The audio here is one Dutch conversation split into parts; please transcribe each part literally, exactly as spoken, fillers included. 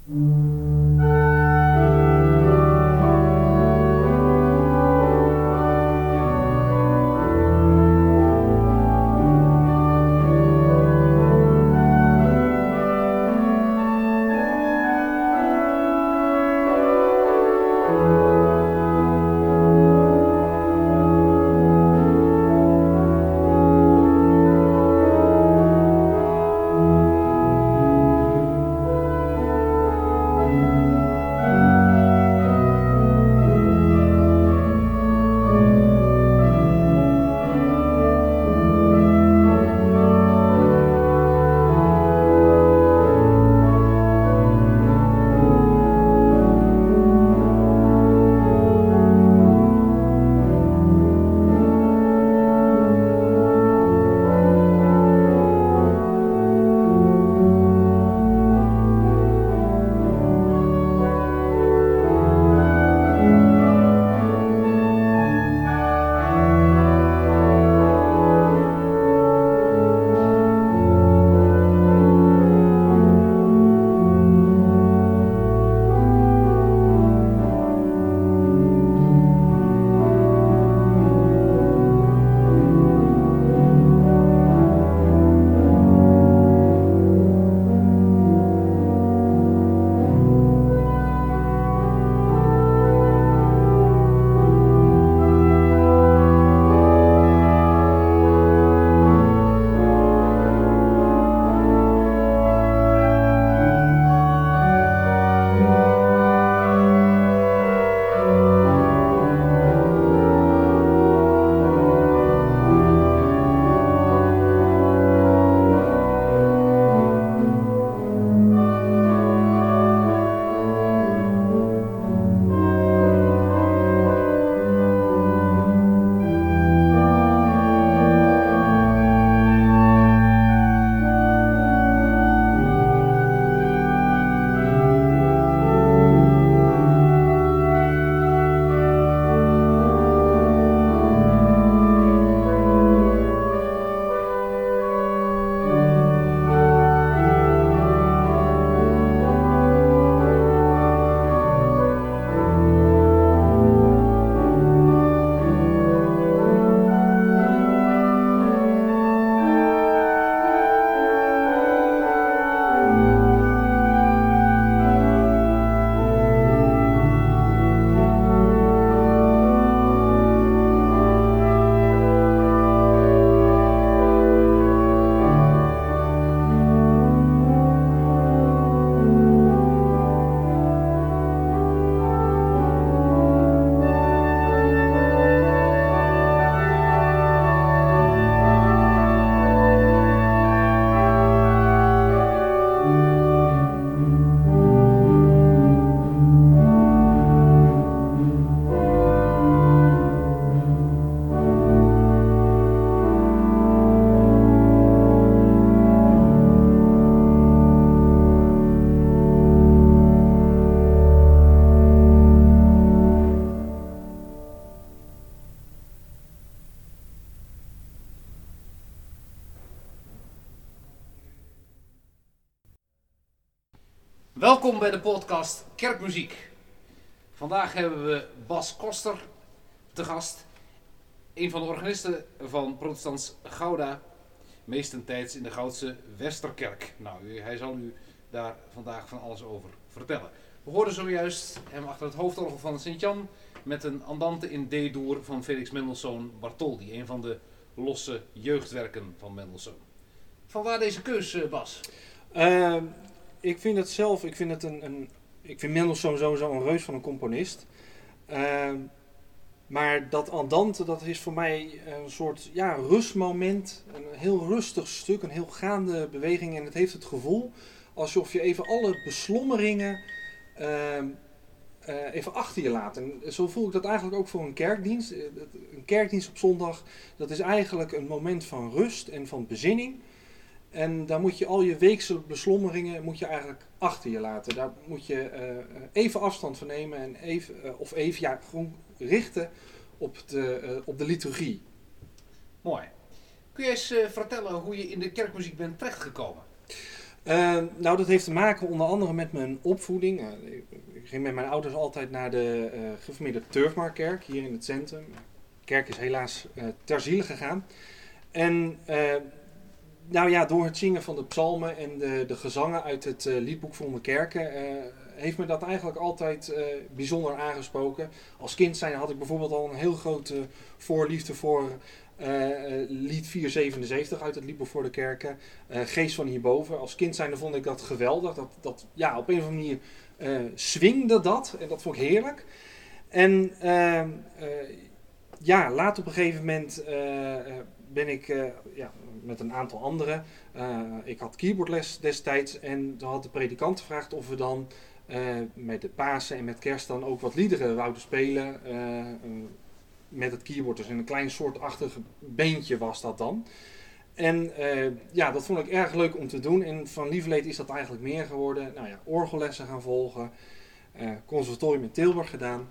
Welkom bij de podcast Kerkmuziek. Vandaag hebben we Bas Koster te gast. Een van de organisten van Protestants Gouda. Meestentijds in de Goudse Westerkerk. Nou, hij zal u daar vandaag van alles over vertellen. We hoorden zojuist hem achter het hoofdorgel van Sint-Jan met een andante in D-Dur van Felix Mendelssohn Bartholdy. Een van de losse jeugdwerken van Mendelssohn. Vanwaar deze keus, Bas? Uh, ik vind het zelf, ik vind het een, een ik vind Mendelssohn sowieso een reus van een componist. Uh, maar dat andante, dat is voor mij een soort ja, rustmoment. Een heel rustig stuk, een heel gaande beweging. En het heeft het gevoel alsof je even alle beslommeringen uh, uh, even achter je laat. En zo voel ik dat eigenlijk ook voor een kerkdienst. Een kerkdienst op zondag, dat is eigenlijk een moment van rust en van bezinning. En daar moet je al je weekse beslommeringen moet je eigenlijk achter je laten. Daar moet je uh, even afstand van nemen en even, uh, of even ja, gewoon richten op de, uh, op de liturgie. Mooi. Kun je eens uh, vertellen hoe je in de kerkmuziek bent terechtgekomen? Uh, nou, dat heeft te maken onder andere met mijn opvoeding. Uh, ik, ik ging met mijn ouders altijd naar de uh, gereformeerde Turfmarktkerk hier in het centrum. De kerk is helaas uh, ter ziele gegaan. En uh, nou ja, door het zingen van de psalmen en de, de gezangen uit het uh, liedboek Vrome Kerken Uh, heeft me dat eigenlijk altijd uh, bijzonder aangesproken. Als kind zijn had ik bijvoorbeeld al een heel grote voorliefde voor uh, uh, lied vierhonderdzevenenzeventig uit het liedboek voor de kerken. Uh, Geest van hierboven. Als kind zijn vond ik dat geweldig. Dat, dat, ja, op een of andere manier uh, swingde dat. En dat vond ik heerlijk. En uh, uh, ja, later op een gegeven moment uh, uh, ben ik uh, ja, met een aantal anderen. Uh, ik had keyboardles destijds. En toen had de predikant gevraagd of we dan Uh, met de Pasen en met Kerst dan ook wat liederen wouden spelen uh, uh, met het keyboard. Dus een klein soortachtig beentje was dat dan. En uh, ja, dat vond ik erg leuk om te doen. En van lieverleed is dat eigenlijk meer geworden. Nou ja, orgellessen gaan volgen. Uh, conservatorium in Tilburg gedaan.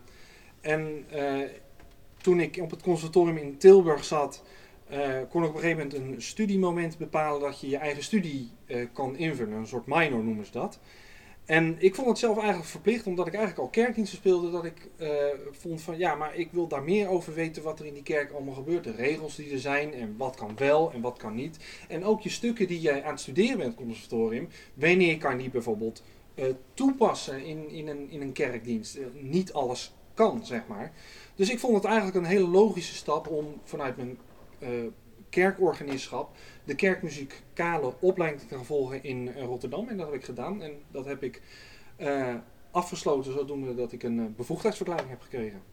En uh, toen ik op het conservatorium in Tilburg zat, Uh, kon ik op een gegeven moment een studiemoment bepalen dat je je eigen studie uh, kan invullen. Een soort minor noemen ze dat. En ik vond het zelf eigenlijk verplicht, omdat ik eigenlijk al kerkdiensten speelde, dat ik uh, vond van ja, maar ik wil daar meer over weten wat er in die kerk allemaal gebeurt. De regels die er zijn en wat kan wel en wat kan niet. En ook je stukken die je aan het studeren bent op het conservatorium, wanneer kan die bijvoorbeeld uh, toepassen in, in, een, in een kerkdienst. Uh, niet alles kan, zeg maar. Dus ik vond het eigenlijk een hele logische stap om vanuit mijn uh, kerkorganistschap de kerkmuzikale opleiding te gaan volgen in uh, Rotterdam. En dat heb ik gedaan. En dat heb ik uh, afgesloten zodoende dat ik een uh, bevoegdheidsverklaring heb gekregen.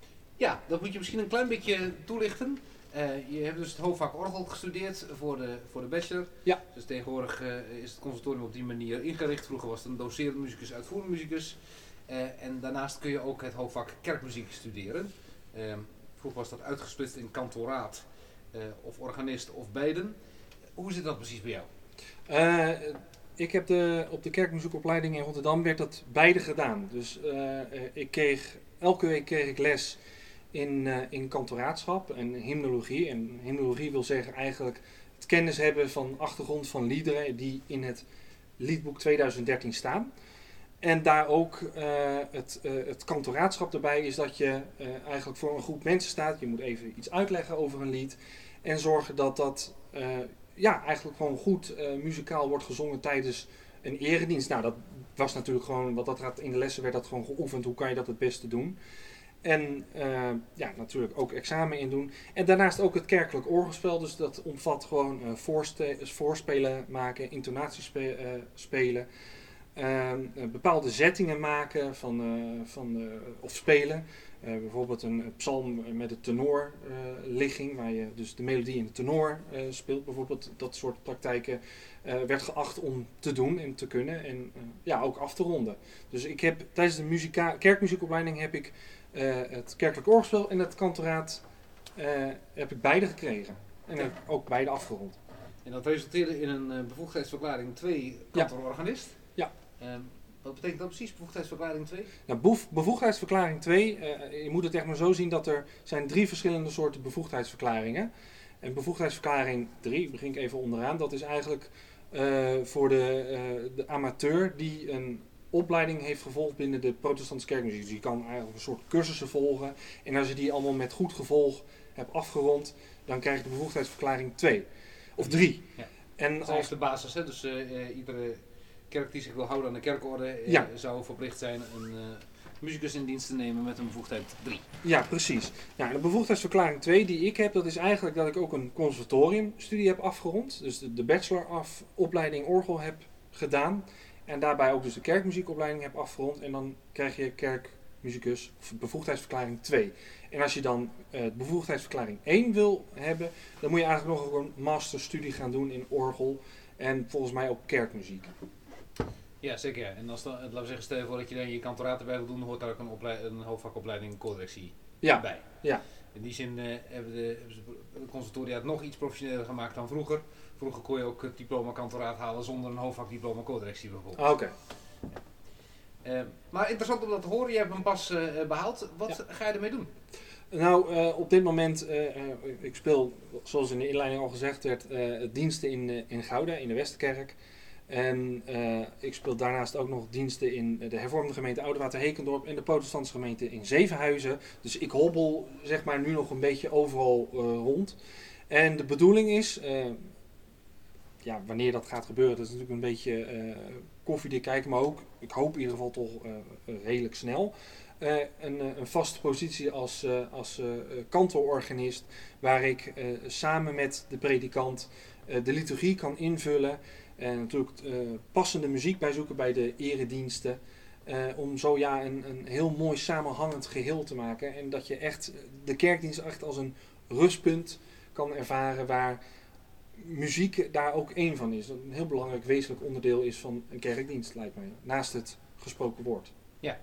Ja, dat moet je misschien een klein beetje toelichten. Uh, je hebt dus het hoofdvak orgel gestudeerd voor de, voor de bachelor. Ja. Dus tegenwoordig uh, is het conservatorium op die manier ingericht. Vroeger was het een docerend muzikus, uitvoerend muzikus. Uh, en daarnaast kun je ook het hoofdvak kerkmuziek studeren. Uh, vroeger was dat uitgesplitst in kantoraat uh, of organist of beiden. Hoe zit dat precies bij jou? Uh, ik heb de, op de kerkmuziekopleiding in Rotterdam werd dat beide gedaan. Dus uh, ik kreeg, elke week kreeg ik les in, uh, in kantoraatschap en hymnologie. En hymnologie wil zeggen eigenlijk het kennis hebben van achtergrond van liederen die in het liedboek tweeduizend dertien staan. En daar ook uh, het, uh, het kantoraatschap erbij is dat je uh, eigenlijk voor een groep mensen staat. Je moet even iets uitleggen over een lied en zorgen dat dat uh, ja, eigenlijk gewoon goed uh, muzikaal wordt gezongen tijdens een eredienst. Nou, dat was natuurlijk gewoon, wat dat gaat in de lessen werd dat gewoon geoefend. Hoe kan je dat het beste doen? En uh, ja, natuurlijk ook examen in doen. En daarnaast ook het kerkelijk orgelspel. Dus dat omvat gewoon uh, voorste- voorspelen maken, intonaties spe- uh, spelen. Uh, bepaalde zettingen maken van, uh, van, uh, of spelen. Uh, bijvoorbeeld een psalm met een tenorligging, uh, waar je dus de melodie in de tenor uh, speelt. Bijvoorbeeld dat soort praktijken uh, werd geacht om te doen en te kunnen en uh, ja, ook af te ronden. Dus ik heb tijdens de muzika- kerkmuziekopleiding heb ik uh, het kerkelijk orgelspel en het kantoraat uh, heb ik beide gekregen. En ja. heb ik ook beide afgerond. En dat resulteerde in een uh, bevoegdheidsverklaring twee kantororganist. Ja. Um, wat betekent dat precies, bevoegdheidsverklaring twee? Nou, bevo- bevoegdheidsverklaring twee, uh, je moet het echt maar zo zien dat er zijn drie verschillende soorten bevoegdheidsverklaringen. En bevoegdheidsverklaring drie, begin ik even onderaan, dat is eigenlijk uh, voor de, uh, de amateur die een opleiding heeft gevolgd binnen de protestantse kerkmuziek. Dus die kan eigenlijk een soort cursussen volgen. En als je die allemaal met goed gevolg hebt afgerond, dan krijg je de bevoegdheidsverklaring twee. Of drie. Ja. En dat is als de basis, hè? Dus uh, uh, iedere kerk die zich wil houden aan de kerkorde uh, ja. zou verplicht zijn een uh, muzikus in dienst te nemen met een bevoegdheid drie. Ja, precies. Nou, de bevoegdheidsverklaring twee die ik heb, dat is eigenlijk dat ik ook een conservatoriumstudie heb afgerond. Dus de, de bacheloropleiding orgel heb gedaan. En daarbij ook dus de kerkmuziekopleiding heb afgerond. En dan krijg je kerkmuzikus of bevoegdheidsverklaring twee. En als je dan uh, bevoegdheidsverklaring één wil hebben, dan moet je eigenlijk nog een masterstudie gaan doen in orgel. En volgens mij ook kerkmuziek. Ja, zeker. Ja. En als dan, laten we zeggen, stel je voor dat je dan je kantoraat erbij wil doen, dan hoort daar ook een, oplei- een hoofdvakopleiding koordirectie ja. bij. Ja. In die zin uh, hebben, de, hebben ze de conservatoriaat nog iets professioneler gemaakt dan vroeger. Vroeger kon je ook het diploma kantoraat halen zonder een hoofdvakdiploma koordirectie bijvoorbeeld. Ah, oké. Okay. Uh, maar interessant om dat te horen, je hebt hem pas uh, behaald. Wat ja. ga je ermee doen? Nou, uh, op dit moment, uh, uh, ik speel, zoals in de inleiding al gezegd werd, uh, diensten in, uh, in Gouda, in de Westerkerk. En uh, ik speel daarnaast ook nog diensten in de hervormde gemeente Oudewater-Hekendorp en de protestantse gemeente in Zevenhuizen. Dus ik hobbel zeg maar nu nog een beetje overal uh, rond. En de bedoeling is, uh, ja, wanneer dat gaat gebeuren, dat is natuurlijk een beetje uh, koffiedik kijken, maar ook, ik hoop in ieder geval toch uh, redelijk snel. Uh, een, een vaste positie als, uh, als uh, kantororganist, waar ik uh, samen met de predikant uh, de liturgie kan invullen. En natuurlijk uh, passende muziek bijzoeken bij de erediensten. Uh, om zo ja een, een heel mooi samenhangend geheel te maken. En dat je echt de kerkdienst echt als een rustpunt kan ervaren waar muziek daar ook één van is. Dat een heel belangrijk wezenlijk onderdeel is van een kerkdienst, lijkt mij. Naast het gesproken woord. Ja.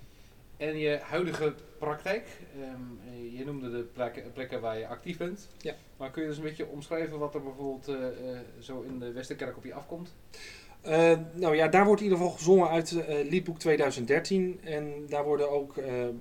En je huidige praktijk, um, je noemde de plekken, plekken waar je actief bent. Ja. Maar kun je dus een beetje omschrijven wat er bijvoorbeeld uh, uh, zo in de Westerkerk op je afkomt? Uh, nou ja, daar wordt in ieder geval gezongen uit uh, Liedboek tweeduizend dertien. En daar worden ook uh, uh,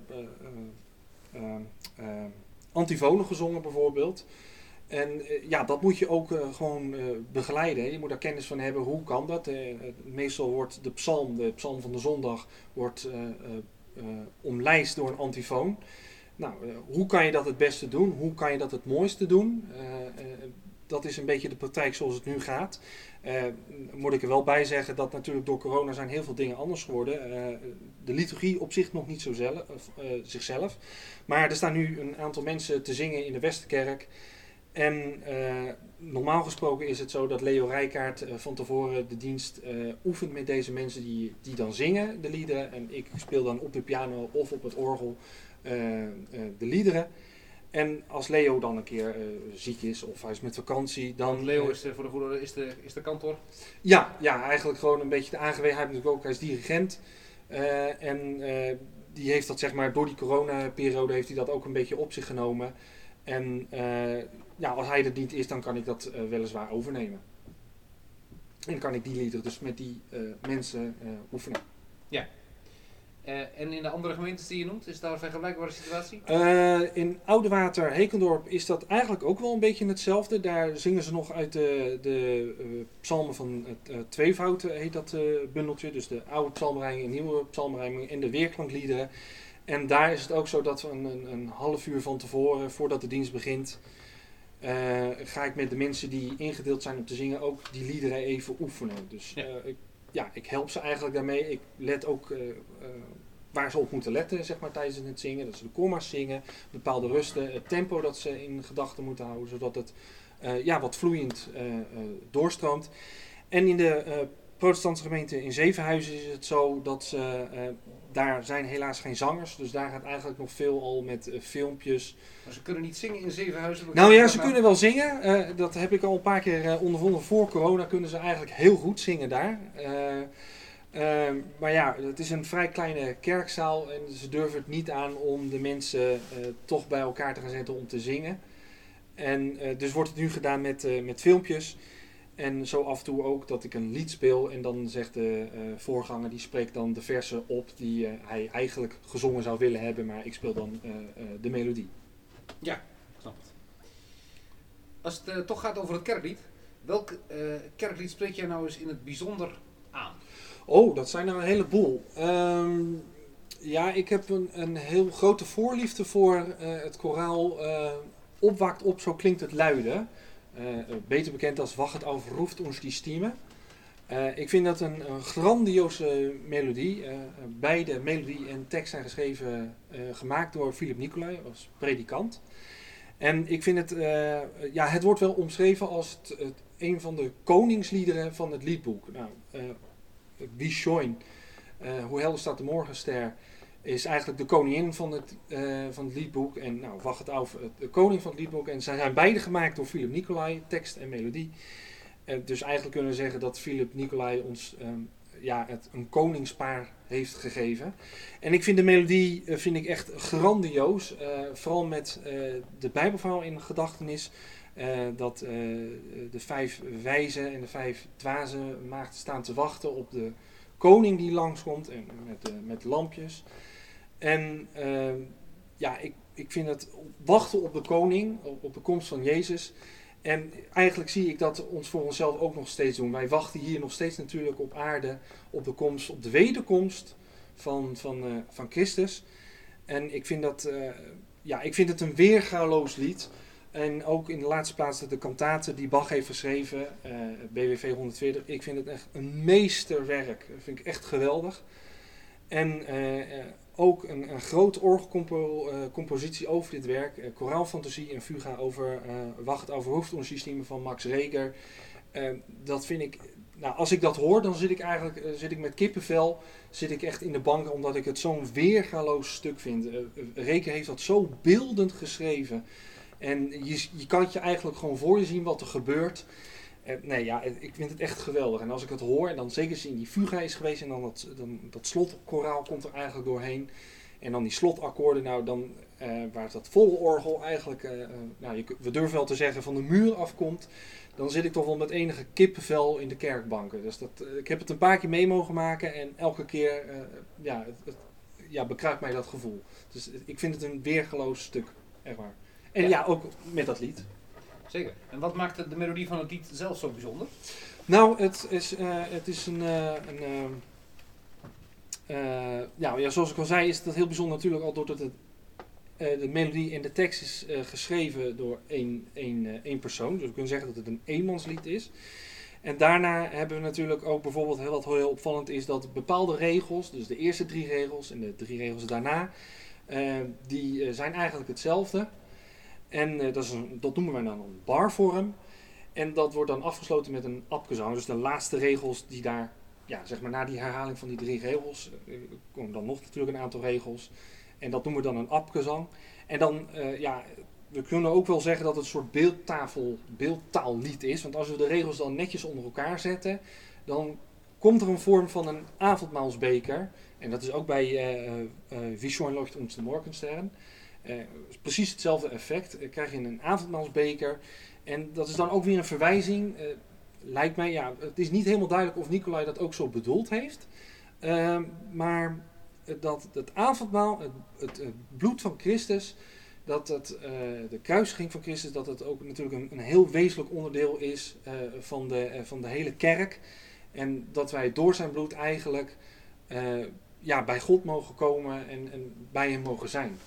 uh, uh, uh, antifonen gezongen bijvoorbeeld. En uh, ja, dat moet je ook uh, gewoon uh, begeleiden. Je moet daar kennis van hebben. Hoe kan dat? Uh, meestal wordt de psalm, de psalm van de zondag, wordt uh, uh, uh, omlijst door een antifoon. Nou, uh, hoe kan je dat het beste doen? Hoe kan je dat het mooiste doen? Uh, uh, dat is een beetje de praktijk zoals het nu gaat. Uh, moet ik er wel bij zeggen dat natuurlijk door corona zijn heel veel dingen anders geworden. Uh, de liturgie op zich nog niet zo zelf, uh, zichzelf. Maar er staan nu een aantal mensen te zingen in de Westerkerk. En uh, normaal gesproken is het zo dat Leo Rijkaard uh, van tevoren de dienst uh, oefent met deze mensen die, die dan zingen, de liederen. En ik speel dan op de piano of op het orgel uh, uh, de liederen. En als Leo dan een keer uh, ziek is of hij is met vakantie, dan... Want Leo is, uh, voor de goede orde, is de, is de kantor? Ja, ja, eigenlijk gewoon een beetje de aangewegenheid. Natuurlijk ook, hij is dirigent. Uh, en uh, die heeft dat zeg maar, door die coronaperiode heeft hij dat ook een beetje op zich genomen. En uh, ja, als hij er niet is, dan kan ik dat uh, weliswaar overnemen. En dan kan ik die liederen dus met die uh, mensen uh, oefenen. Ja. Uh, en in de andere gemeentes die je noemt, is daar een vergelijkbare situatie? Uh, in Oudewater, Hekendorp is dat eigenlijk ook wel een beetje hetzelfde. Daar zingen ze nog uit de, de uh, psalmen van het uh, tweevoud, heet dat uh, bundeltje. Dus de oude psalmrijming, nieuwe psalmrijming en de weerklankliederen. En daar is het ook zo dat we een, een, een half uur van tevoren, voordat de dienst begint, uh, ga ik met de mensen die ingedeeld zijn om te zingen ook die liederen even oefenen. Dus ja, uh, ik, ja, ik help ze eigenlijk daarmee. Ik let ook uh, uh, waar ze op moeten letten zeg maar, tijdens het zingen. Dat ze de komma's zingen, bepaalde rusten, het tempo dat ze in gedachten moeten houden, zodat het uh, ja, wat vloeiend uh, uh, doorstroomt. En in de uh, protestantse gemeente in Zevenhuizen is het zo dat ze, uh, daar zijn helaas geen zangers. Dus daar gaat eigenlijk nog veel al met uh, filmpjes. Maar ze kunnen niet zingen in Zevenhuizen? Nou ja, ze kunnen wel zingen. Uh, dat heb ik al een paar keer uh, ondervonden. Voor corona kunnen ze eigenlijk heel goed zingen daar. Uh, uh, maar ja, het is een vrij kleine kerkzaal. En ze durven het niet aan om de mensen uh, toch bij elkaar te gaan zetten om te zingen. En uh, dus wordt het nu gedaan met, uh, met filmpjes. En zo af en toe ook dat ik een lied speel en dan zegt de uh, voorganger, die spreekt dan de versen op die uh, hij eigenlijk gezongen zou willen hebben, maar ik speel dan uh, uh, de melodie. Ja, snap het. Als het uh, toch gaat over het kerklied, welk uh, kerklied spreek jij nou eens in het bijzonder aan? Oh, dat zijn er een heleboel. Um, ja, ik heb een, een heel grote voorliefde voor uh, het koraal uh, Opwaakt op, zo klinkt het luiden. Uh, beter bekend als Wacht auf ruft uns die Stimme. Uh, ik vind dat een, een grandioze melodie. Uh, beide melodie en tekst zijn geschreven, uh, gemaakt door Philip Nicolai als predikant. En ik vind het, uh, ja, het wordt wel omschreven als het, het, een van de koningsliederen van het liedboek. Nou, uh, Wie schön, uh, hoe helder staat de morgenster, is eigenlijk de koningin van het, uh, van het liedboek. En nou, Wacht auf, de koning van het liedboek. En zij zijn beide gemaakt door Philip Nicolai, tekst en melodie. Uh, dus eigenlijk kunnen we zeggen dat Philip Nicolai ons um, ja, het, een koningspaar heeft gegeven. En ik vind de melodie uh, vind ik echt grandioos. Uh, vooral met uh, de Bijbelverhaal in gedachtenis. Uh, dat uh, de vijf wijzen en de vijf dwaze maagden staan te wachten op de koning die langskomt. En met, uh, met lampjes. En uh, ja, ik, ik vind het wachten op de koning, op, op de komst van Jezus. En eigenlijk zie ik dat ons voor onszelf ook nog steeds doen. Wij wachten hier nog steeds natuurlijk op aarde, op de komst, op de wederkomst van, van, uh, van Christus. En ik vind dat, uh, ja, ik vind het een weergaloos lied. En ook in de laatste plaats de kantaten die Bach heeft geschreven, uh, B W V honderdveertig. Ik vind het echt een meesterwerk. Dat vind ik echt geweldig. En uh, uh, ook een, een groot orgelcompositie over dit werk. Uh, Koraalfantasie en Fuga over uh, Wacht over hoofdtoonsystemen van Max Reger. Uh, dat vind ik, nou, als ik dat hoor, dan zit ik eigenlijk uh, zit ik met kippenvel zit ik echt in de bank, omdat ik het zo'n weergaloos stuk vind. Uh, Reger heeft dat zo beeldend geschreven. En je, je kan het je eigenlijk gewoon voor je zien wat er gebeurt. Uh, nee, ja, ik vind het echt geweldig. En als ik het hoor, en dan zeker als in die fuga is geweest, en dan dat, dan, dat slotkoraal komt er eigenlijk doorheen. En dan die slotakkoorden, nou dan, uh, waar dat volle orgel eigenlijk, uh, uh, nou, je, we durven wel te zeggen, van de muur afkomt. Dan zit ik toch wel met enige kippenvel in de kerkbanken. Dus dat, uh, ik heb het een paar keer mee mogen maken en elke keer, uh, ja, het, het, ja, bekruipt mij dat gevoel. Dus ik vind het een weergeloos stuk, echt waar. En ja, ja ook met dat lied. Zeker. En wat maakt de, de melodie van het lied zelf zo bijzonder? Nou, het is, uh, het is een... Uh, een uh, uh, ja, ja, zoals ik al zei, is het heel bijzonder natuurlijk al doordat het, uh, de melodie en de tekst is uh, geschreven door één, één, uh, één persoon. Dus we kunnen zeggen dat het een eenmanslied is. En daarna hebben we natuurlijk ook bijvoorbeeld, heel, wat heel opvallend is, dat bepaalde regels, dus de eerste drie regels en de drie regels daarna, uh, die uh, zijn eigenlijk hetzelfde. En uh, dat, is een, dat noemen wij dan een barvorm. En dat wordt dan afgesloten met een abgezang. Dus de laatste regels die daar, ja, zeg maar na die herhaling van die drie regels, uh, komen dan nog natuurlijk een aantal regels. En dat noemen we dan een abgezang. En dan, uh, ja, we kunnen ook wel zeggen dat het een soort beeldtafel, beeldtaallied is. Want als we de regels dan netjes onder elkaar zetten, dan komt er een vorm van een avondmaalsbeker. En dat is ook bij uh, uh, Wie schon leuchtet uns der Morgenstern. Uh, precies hetzelfde effect. Uh, krijg je een avondmaalsbeker. En dat is dan ook weer een verwijzing. Uh, lijkt mij, ja, het is niet helemaal duidelijk of Nicolai dat ook zo bedoeld heeft. Uh, maar dat het avondmaal, het, het, het bloed van Christus, dat het, uh, de kruisiging van Christus, dat het ook natuurlijk een, een heel wezenlijk onderdeel is uh, van, de, uh, van de hele kerk. En dat wij door zijn bloed eigenlijk uh, ja, bij God mogen komen en, en bij hem mogen zijn.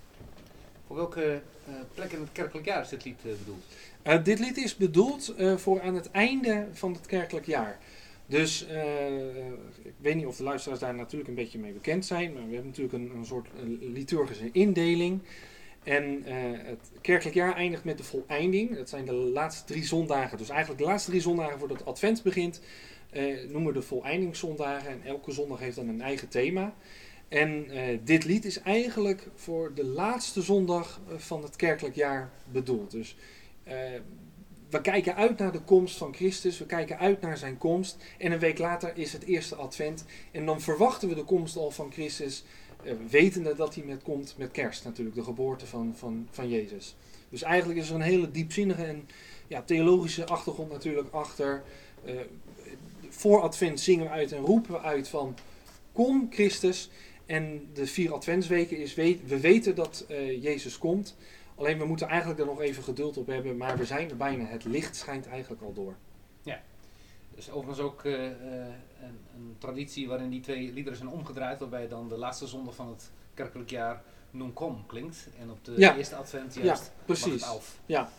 Voor welke uh, plek in het kerkelijk jaar is dit lied uh, bedoeld? Uh, dit lied is bedoeld uh, voor aan het einde van het kerkelijk jaar. Dus uh, ik weet niet of de luisteraars daar natuurlijk een beetje mee bekend zijn. Maar we hebben natuurlijk een, een soort een liturgische indeling. En uh, het kerkelijk jaar eindigt met de voleinding. Dat zijn de laatste drie zondagen. Dus eigenlijk de laatste drie zondagen voordat het advent begint, uh, noemen we de voleindingszondagen. En elke zondag heeft dan een eigen thema. En uh, dit lied is eigenlijk voor de laatste zondag van het kerkelijk jaar bedoeld. Dus uh, we kijken uit naar de komst van Christus, we kijken uit naar zijn komst. En een week later is het eerste advent. En dan verwachten we de komst al van Christus, uh, wetende dat hij met komt met kerst natuurlijk, de geboorte van, van, van Jezus. Dus eigenlijk is er een hele diepzinnige en ja, theologische achtergrond natuurlijk achter. Uh, voor advent zingen we uit en roepen we uit van kom Christus. En de vier adventsweken is, we weten dat uh, Jezus komt. Alleen we moeten eigenlijk er nog even geduld op hebben. Maar we zijn er bijna. Het licht schijnt eigenlijk al door. Ja, dus overigens ook uh, uh, een, een traditie waarin die twee liederen zijn omgedraaid. Waarbij dan de laatste zondag van het kerkelijk jaar Nunc Cum klinkt. En op de ja. eerste advent juist ja, precies. Auf. Ja.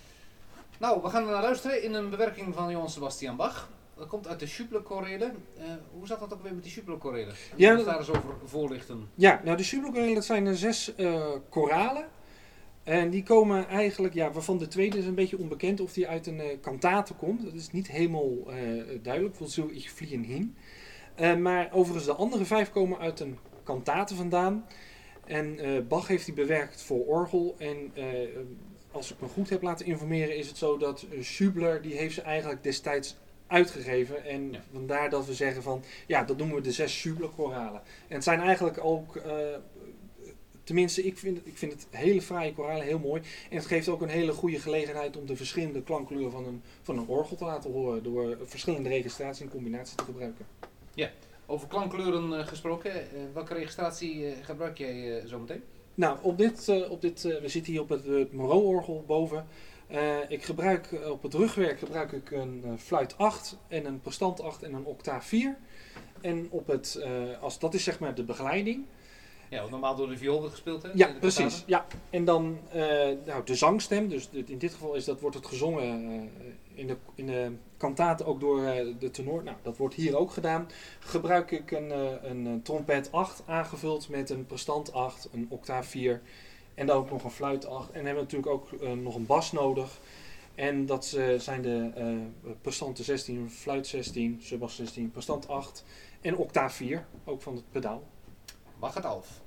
Nou, we gaan er naar luisteren in een bewerking van Johann Sebastian Bach. Dat komt uit de Schubler-chorelen. Uh, hoe zat dat ook weer met die Schubler-chorelen? Ja, moet daar eens over voorlichten? Ja, nou de Schubler-chorelen, dat zijn er zes uh, koralen. En die komen eigenlijk, ja, waarvan de tweede is een beetje onbekend of die uit een uh, kantate komt. Dat is niet helemaal uh, duidelijk. Wozu ich fliehen hin. Uh, maar overigens de andere vijf komen uit een kantate vandaan. En uh, Bach heeft die bewerkt voor orgel. En uh, als ik me goed heb laten informeren is het zo dat uh, Schubler, die heeft ze eigenlijk destijds uitgegeven. En ja. vandaar dat we zeggen van, ja, dat noemen we de zes Schubler-koralen. En het zijn eigenlijk ook, uh, tenminste, ik vind, ik vind het hele fraaie koralen heel mooi. En het geeft ook een hele goede gelegenheid om de verschillende klankkleuren van een, van een orgel te laten horen. Door verschillende registraties en combinaties te gebruiken. Ja, over klankkleuren uh, gesproken. Uh, welke registratie uh, gebruik jij uh, zo meteen? Nou, op dit, uh, op dit uh, we zitten hier op het uh, Moreau-orgel boven. Uh, ik gebruik uh, op het rugwerk gebruik ik een uh, fluit acht en een prestant acht en een octaaf vier. En op het, uh, als, dat is zeg maar de begeleiding. Ja, wat normaal door de viool wordt gespeeld, hè? Ja, precies. Ja. En dan uh, nou, de zangstem, dus de, in dit geval is dat, wordt het gezongen uh, in, de, in de kantaten ook door uh, de tenor. Nou, dat wordt hier ook gedaan. Gebruik ik een, uh, een, een trompet acht aangevuld met een prestant acht, een octaaf vier en dan ook nog een fluit acht. En dan hebben we natuurlijk ook uh, nog een bas nodig. En dat uh, zijn de uh, prestanten zestien, fluit zestien, subbas zestien, prestant acht en octaaf vier, ook van het pedaal. Mag het af.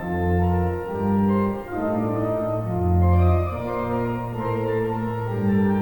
Thank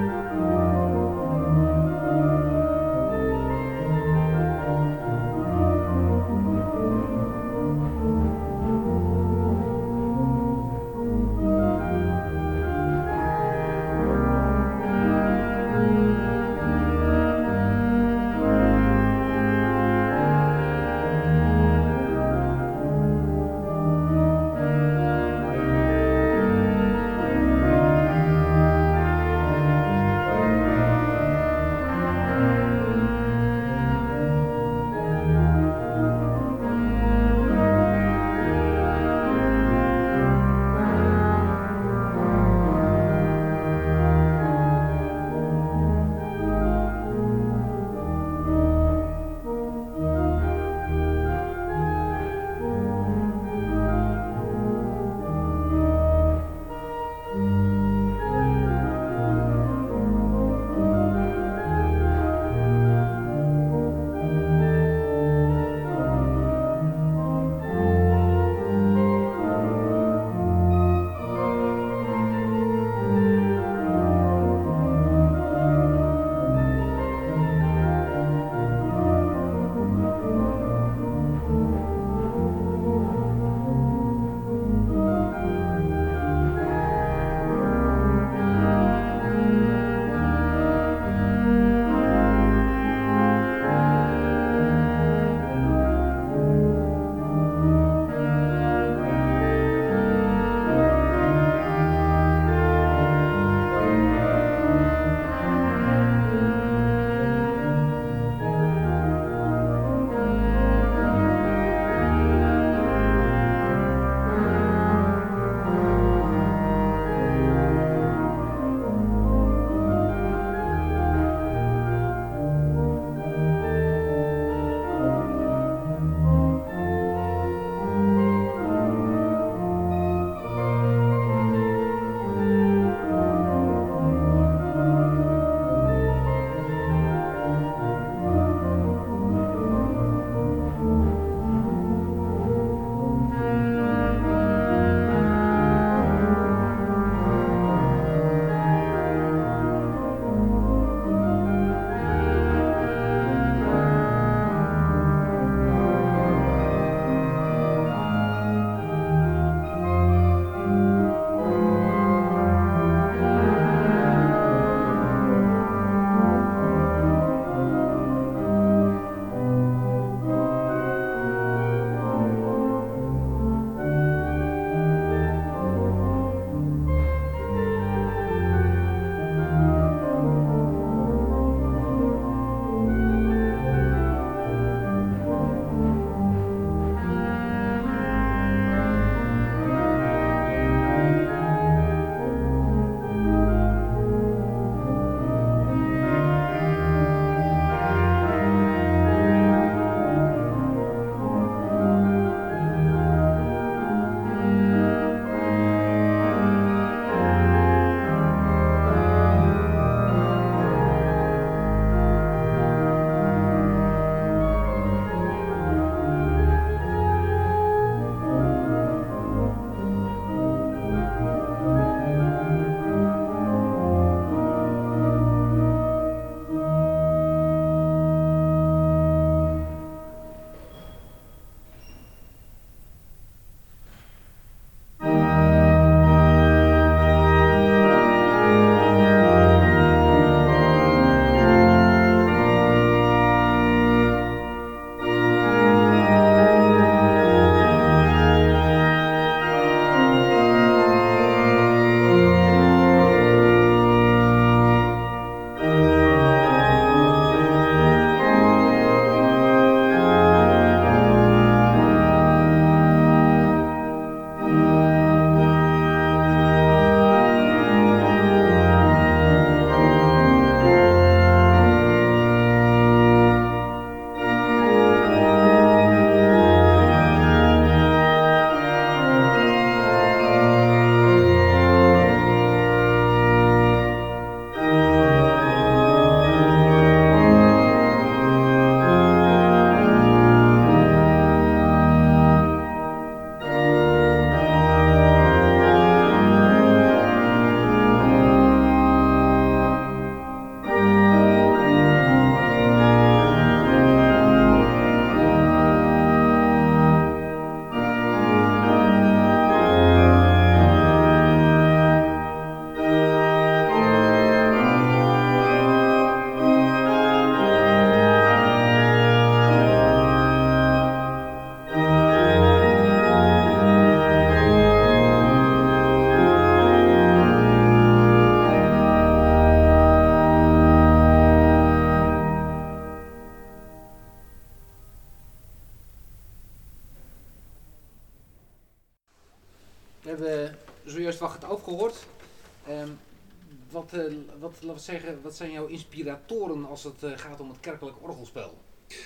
We hebben zojuist wat het afgehoord. Um, wat, uh, wat, laten we zeggen, wat zijn jouw inspiratoren als het uh, gaat om het kerkelijk orgelspel?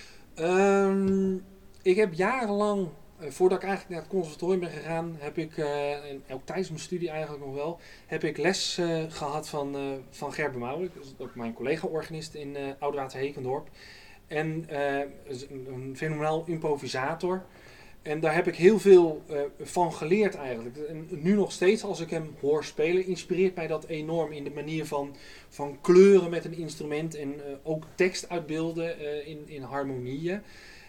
Um, ik heb jarenlang, uh, voordat ik eigenlijk naar het conservatorium ben gegaan, heb ik, uh, en ook tijdens mijn studie eigenlijk nog wel, heb ik les uh, gehad van, uh, van Gerben Maurik, dat is ook mijn collega-organist in uh, Oudwater-Hekendorp. En uh, een, een fenomenaal improvisator. En daar heb ik heel veel uh, van geleerd eigenlijk. En nu nog steeds als ik hem hoor spelen, inspireert mij dat enorm in de manier van, van kleuren met een instrument en uh, ook tekst uitbeelden uh, in, in harmonieën.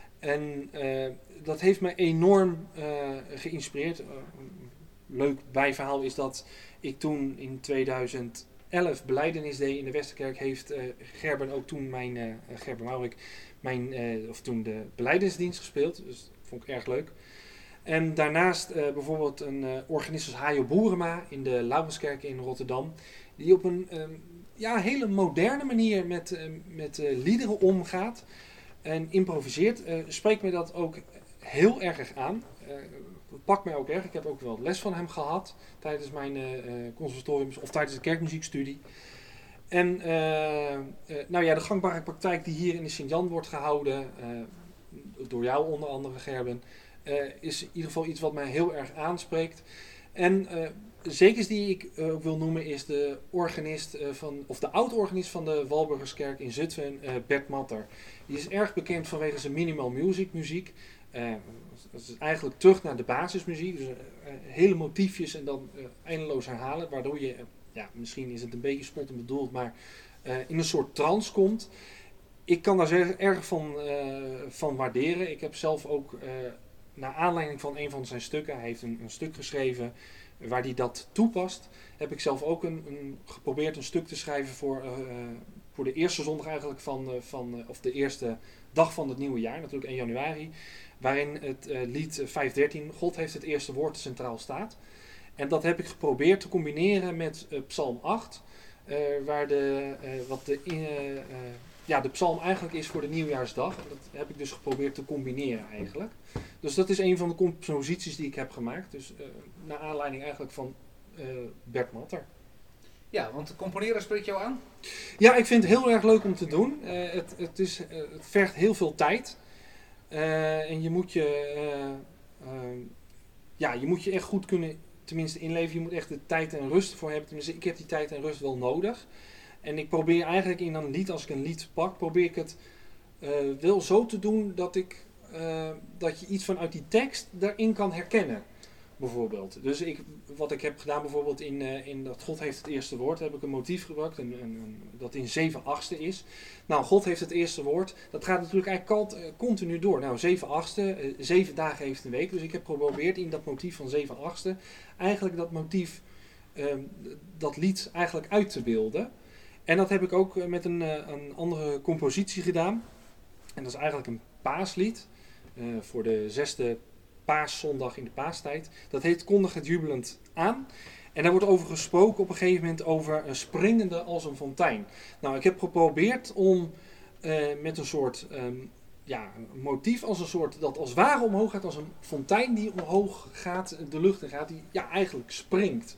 En uh, dat heeft me enorm uh, geïnspireerd. Uh, een leuk bijverhaal is dat ik toen in tweeduizend elf belijdenis deed in de Westerkerk, heeft uh, Gerben ook toen mijn, uh, Gerben Maurik, mijn, uh, of toen de belijdenisdienst gespeeld. Dus dat vond ik erg leuk. En daarnaast uh, bijvoorbeeld een uh, organist als Hajo Boerema in de Laurenskerk in Rotterdam, die op een um, ja, hele moderne manier met, uh, met uh, liederen omgaat en improviseert. Uh, spreekt mij dat ook heel erg aan. Uh, dat pakt mij ook erg. Ik heb ook wel les van hem gehad tijdens mijn uh, conservatoriums of tijdens de kerkmuziekstudie. En uh, uh, nou ja, de gangbare praktijk die hier in de Sint-Jan wordt gehouden, uh, door jou onder andere Gerben, uh, is in ieder geval iets wat mij heel erg aanspreekt. En uh, zeker die ik uh, ook wil noemen is de organist uh, van, of de oud-organist van de Walburgerskerk in Zutphen, uh, Bert Matter. Die is erg bekend vanwege zijn minimal music muziek. Uh, dat is eigenlijk terug naar de basismuziek, dus uh, hele motiefjes en dan uh, eindeloos herhalen, waardoor je, uh, ja, misschien is het een beetje spottend bedoeld, maar uh, in een soort trance komt. Ik kan daar erg, erg van, uh, van waarderen. Ik heb zelf ook, uh, naar aanleiding van een van zijn stukken, hij heeft een, een stuk geschreven waar hij dat toepast, heb ik zelf ook een, een, geprobeerd een stuk te schrijven voor, uh, voor de eerste zondag eigenlijk van, uh, van uh, of de eerste dag van het nieuwe jaar, natuurlijk één januari, waarin het uh, lied vijfhonderddertien, God heeft het eerste woord, centraal staat. En dat heb ik geprobeerd te combineren met uh, Psalm acht, uh, waar de, uh, wat de, uh, uh, ja, de psalm eigenlijk is voor de nieuwjaarsdag. En dat heb ik dus geprobeerd te combineren eigenlijk. Dus dat is een van de composities die ik heb gemaakt. Dus uh, naar aanleiding eigenlijk van uh, Bert Matter. Ja, want componeren spreekt jou aan? Ja, ik vind het heel erg leuk om te doen. Uh, het, het, is, uh, het vergt heel veel tijd. Uh, en je moet je, uh, uh, ja, je moet je echt goed kunnen, tenminste inleven. Je moet echt de tijd en rust voor hebben. Tenminste, ik heb die tijd en rust wel nodig. En ik probeer eigenlijk in een lied, als ik een lied pak, probeer ik het uh, wel zo te doen dat, ik, uh, dat je iets vanuit die tekst daarin kan herkennen. Bijvoorbeeld. Dus ik, wat ik heb gedaan bijvoorbeeld in, uh, in dat God heeft het eerste woord, heb ik een motief gebruikt een, een, een, dat in zeven achtste is. Nou, God heeft het eerste woord. Dat gaat natuurlijk eigenlijk uh, continu door. Nou, zeven achtste, uh, zeven dagen heeft een week. Dus ik heb geprobeerd in dat motief van zeven achtste eigenlijk dat motief, uh, dat lied eigenlijk uit te beelden. En dat heb ik ook uh, met een, uh, een andere compositie gedaan. En dat is eigenlijk een paaslied uh, voor de zesde paaszondag in de paastijd. Dat heet Kondig het jubelend aan. En daar wordt over gesproken op een gegeven moment over een springende als een fontein. Nou, ik heb geprobeerd om uh, met een soort um, ja, een motief als een soort dat als het ware omhoog gaat, als een fontein die omhoog gaat, de lucht in gaat, die ja, eigenlijk springt.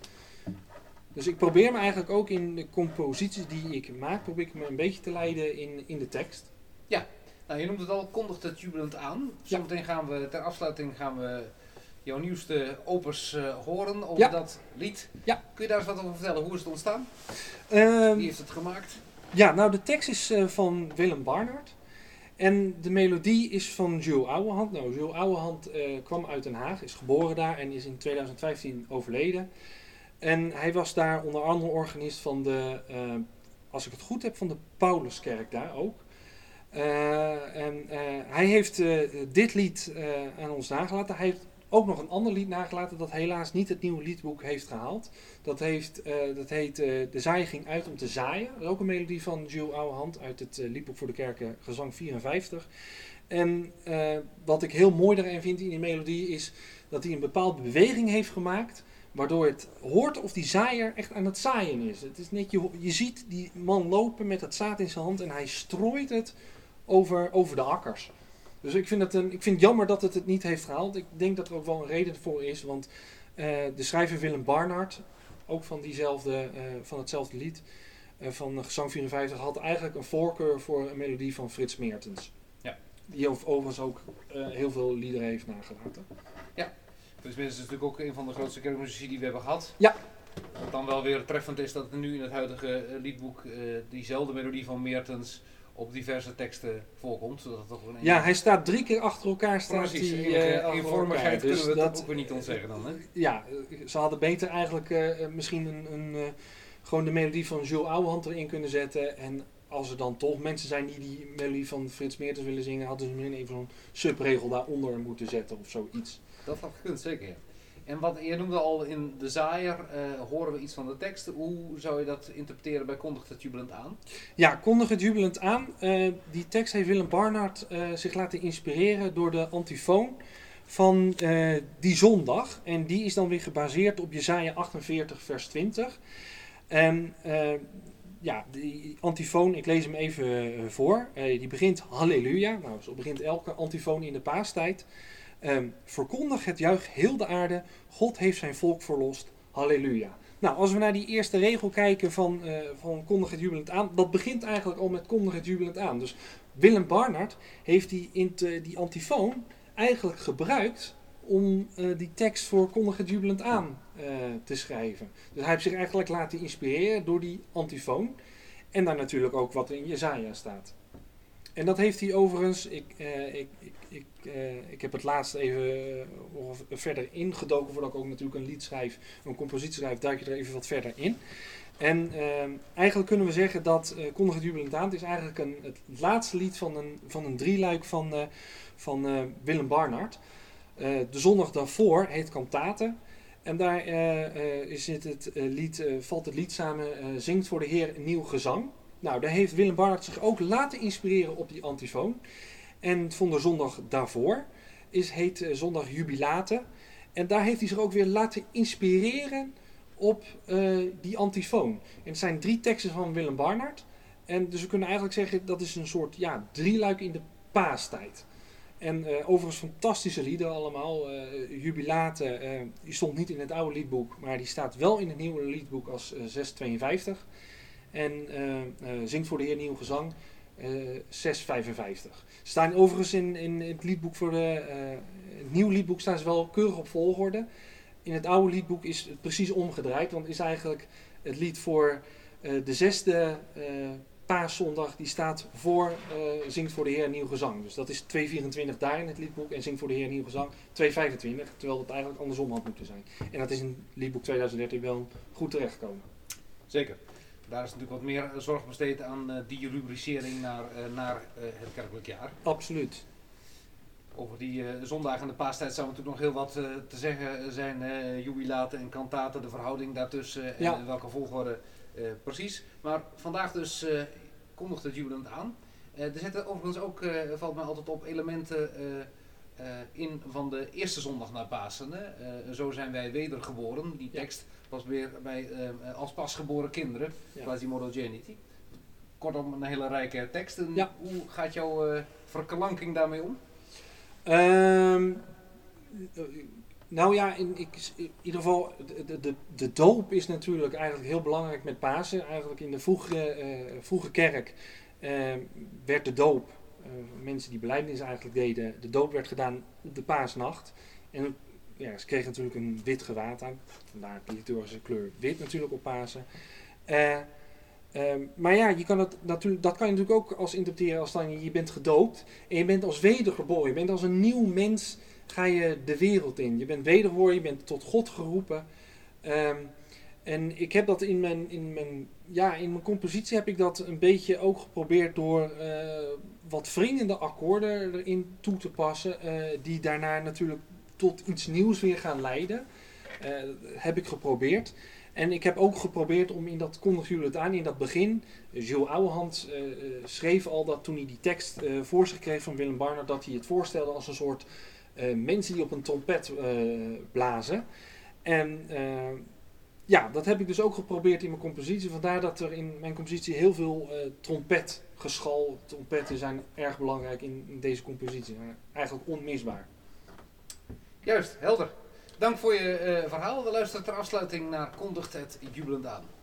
Dus ik probeer me eigenlijk ook in de composities die ik maak, probeer ik me een beetje te leiden in, in de tekst. Ja. Nou, je noemt het al, kondigt het jubelend aan. Zometeen ja. gaan we, ter afsluiting gaan we jouw nieuwste opus uh, horen over ja. dat lied. Ja. Kun je daar eens wat over vertellen? Hoe is het ontstaan? Um, Wie heeft het gemaakt? Ja, nou de tekst is uh, van Willem Barnard. En de melodie is van Jules Ouwehand. Nou, Jules Ouwehand uh, kwam uit Den Haag, is geboren daar en is in tweeduizend vijftien overleden. En hij was daar onder andere organist van de, uh, als ik het goed heb, van de Pauluskerk daar ook. Uh, en uh, hij heeft uh, dit lied uh, aan ons nagelaten. Hij heeft ook nog een ander lied nagelaten dat helaas niet het nieuwe liedboek heeft gehaald. Dat, heeft, uh, dat heet uh, De Zaaier ging uit om te zaaien. Dat is ook een melodie van Jules Ouwehand uit het uh, liedboek voor de kerken, gezang vierenvijftig. En uh, wat ik heel mooi daarin vind in die melodie is dat hij een bepaalde beweging heeft gemaakt, waardoor het hoort of die zaaier echt aan het zaaien is. Het is net, je, je ziet die man lopen met het zaad in zijn hand en hij strooit het over, over de akkers. Dus ik vind, het een, ik vind het jammer dat het het niet heeft gehaald. Ik denk dat er ook wel een reden voor is, want Uh, de schrijver Willem Barnard, ook van, diezelfde, uh, van hetzelfde lied, uh, van Gezang vierenvijftig, had eigenlijk een voorkeur voor een melodie van Frits Meertens. Ja. Die overigens ook uh, heel veel liederen heeft nagelaten. Ja, Frits Meertens is natuurlijk ook een van de grootste kerkmuzici die we hebben gehad. Ja. Wat dan wel weer treffend is dat er nu in het huidige uh, liedboek uh, diezelfde melodie van Meertens op diverse teksten voorkomt. Zodat het toch een ja, hij staat drie keer achter elkaar. Staat Precies, die, uh, uh, eenvormigheid kunnen dus we dat het ook weer niet ontzeggen dan. Hè? Ja, ze hadden beter eigenlijk uh, misschien een, een, uh, gewoon de melodie van Jules Ouwehand erin kunnen zetten. En als er dan toch mensen zijn die die melodie van Frits Meertens willen zingen, hadden ze misschien even zo'n subregel daaronder moeten zetten of zoiets. Dat had gekund, zeker ja. En wat je noemde al in de zaaier, uh, horen we iets van de tekst. Hoe zou je dat interpreteren bij Kondigt het jubelend aan? Ja, Kondigt het jubelend aan. Uh, die tekst heeft Willem Barnard uh, zich laten inspireren door de antifoon van uh, die zondag. En die is dan weer gebaseerd op Jesaja achtenveertig vers twintig. En uh, ja, die antifoon, ik lees hem even uh, voor. Uh, die begint halleluja. Nou, zo begint elke antifoon in de paastijd. Um, verkondig het juich heel de aarde, God heeft zijn volk verlost, halleluja. Nou, als we naar die eerste regel kijken van, uh, van kondig het jubelend aan, dat begint eigenlijk al met kondig het jubelend aan. Dus Willem Barnard heeft die, in te, die antifoon eigenlijk gebruikt om uh, die tekst voor kondig het jubelend aan uh, te schrijven. Dus hij heeft zich eigenlijk laten inspireren door die antifoon en dan natuurlijk ook wat er in Jesaja staat. En dat heeft hij overigens, ik, uh, ik, ik, ik, uh, ik heb het laatst even uh, verder ingedoken voordat ik ook natuurlijk een lied schrijf, een compositie schrijf, duik je er even wat verder in. En uh, eigenlijk kunnen we zeggen dat uh, Kondig het jubelend aan, het is eigenlijk een, het laatste lied van een, van een drieluik van, uh, van uh, Willem Barnard. Uh, de zondag daarvoor heet Kantate. En daar uh, uh, is het, het, uh, lied, uh, valt het lied samen, uh, zingt voor de Heer een nieuw gezang. Nou, daar heeft Willem Barnard zich ook laten inspireren op die antifoon. En van de zondag daarvoor is, heet uh, zondag Jubilate. En daar heeft hij zich ook weer laten inspireren op uh, die antifoon. En het zijn drie teksten van Willem Barnard. En dus we kunnen eigenlijk zeggen dat is een soort ja, drieluik in de paastijd. En uh, overigens fantastische liederen allemaal. Uh, Jubilate, uh, die stond niet in het oude liedboek, maar die staat wel in het nieuwe liedboek als uh, zes tweeënvijftig. En uh, uh, zingt voor de Heer nieuw gezang uh, zes vijfenvijftig. Ze staan overigens in, in het liedboek voor de, uh, het nieuwe liedboek staan ze wel keurig op volgorde. In het oude liedboek is het precies omgedraaid, want is eigenlijk het lied voor uh, de zesde uh, paaszondag, die staat voor uh, zingt voor de Heer nieuw gezang. Dus dat is twee vierentwintig daar in het liedboek en zingt voor de Heer nieuw gezang twee vijfentwintig, terwijl het eigenlijk andersom had moeten zijn. En dat is in liedboek tweeduizend dertien wel goed terechtgekomen. Zeker. Daar is natuurlijk wat meer zorg besteed aan uh, die rubricering naar, uh, naar uh, het kerkelijk jaar. Absoluut. Over die uh, zondagen en de paastijd zou natuurlijk nog heel wat uh, te zeggen zijn. Uh, jubilaten en kantaten, de verhouding daartussen en ja. in welke volgorde uh, precies. Maar vandaag dus uh, kondigt het jubelend aan. Uh, er zitten overigens ook, uh, valt mij altijd op, elementen uh, uh, in van de eerste zondag na Pasen. Uh, zo zijn wij wedergeboren. Die tekst was weer bij uh, als pasgeboren kinderen. Ja. Quasimodo geniti. Kortom, een hele rijke tekst. En ja. Hoe gaat jouw uh, verklanking daarmee om? Um, nou ja, in, ik, in ieder geval, de, de, de doop is natuurlijk eigenlijk heel belangrijk met Pasen. Eigenlijk in de vroege, uh, vroege kerk uh, werd de doop, uh, mensen die belijdenis eigenlijk deden, de doop werd gedaan op de paasnacht. En ja, ze kregen natuurlijk een wit gewaad aan, vandaar de liturgische kleur wit natuurlijk op Pasen. Uh, Um, maar ja, je kan het natuurlijk, dat kan je natuurlijk ook als interpreteren als dan je, je bent gedoopt en je bent als wedergeboren. Je bent als een nieuw mens, ga je de wereld in. Je bent wedergeboren, je bent tot God geroepen. Um, en ik heb dat in mijn, in, mijn, ja, in mijn compositie heb ik dat een beetje ook geprobeerd door uh, wat wringende akkoorden erin toe te passen. Uh, die daarna natuurlijk tot iets nieuws weer gaan leiden. Uh, heb ik geprobeerd. En ik heb ook geprobeerd om in dat kondig jubelend aan, in dat begin, Jules Ouwehand uh, schreef al dat toen hij die tekst uh, voor zich kreeg van Willem Barnard, dat hij het voorstelde als een soort uh, mensen die op een trompet uh, blazen. En uh, ja, dat heb ik dus ook geprobeerd in mijn compositie. Vandaar dat er in mijn compositie heel veel uh, trompetgeschal, trompetten zijn erg belangrijk in, in deze compositie. Uh, eigenlijk onmisbaar. Juist, helder. dank voor je uh, verhaal. We luisteren ter afsluiting naar Kondigt het jubelend aan.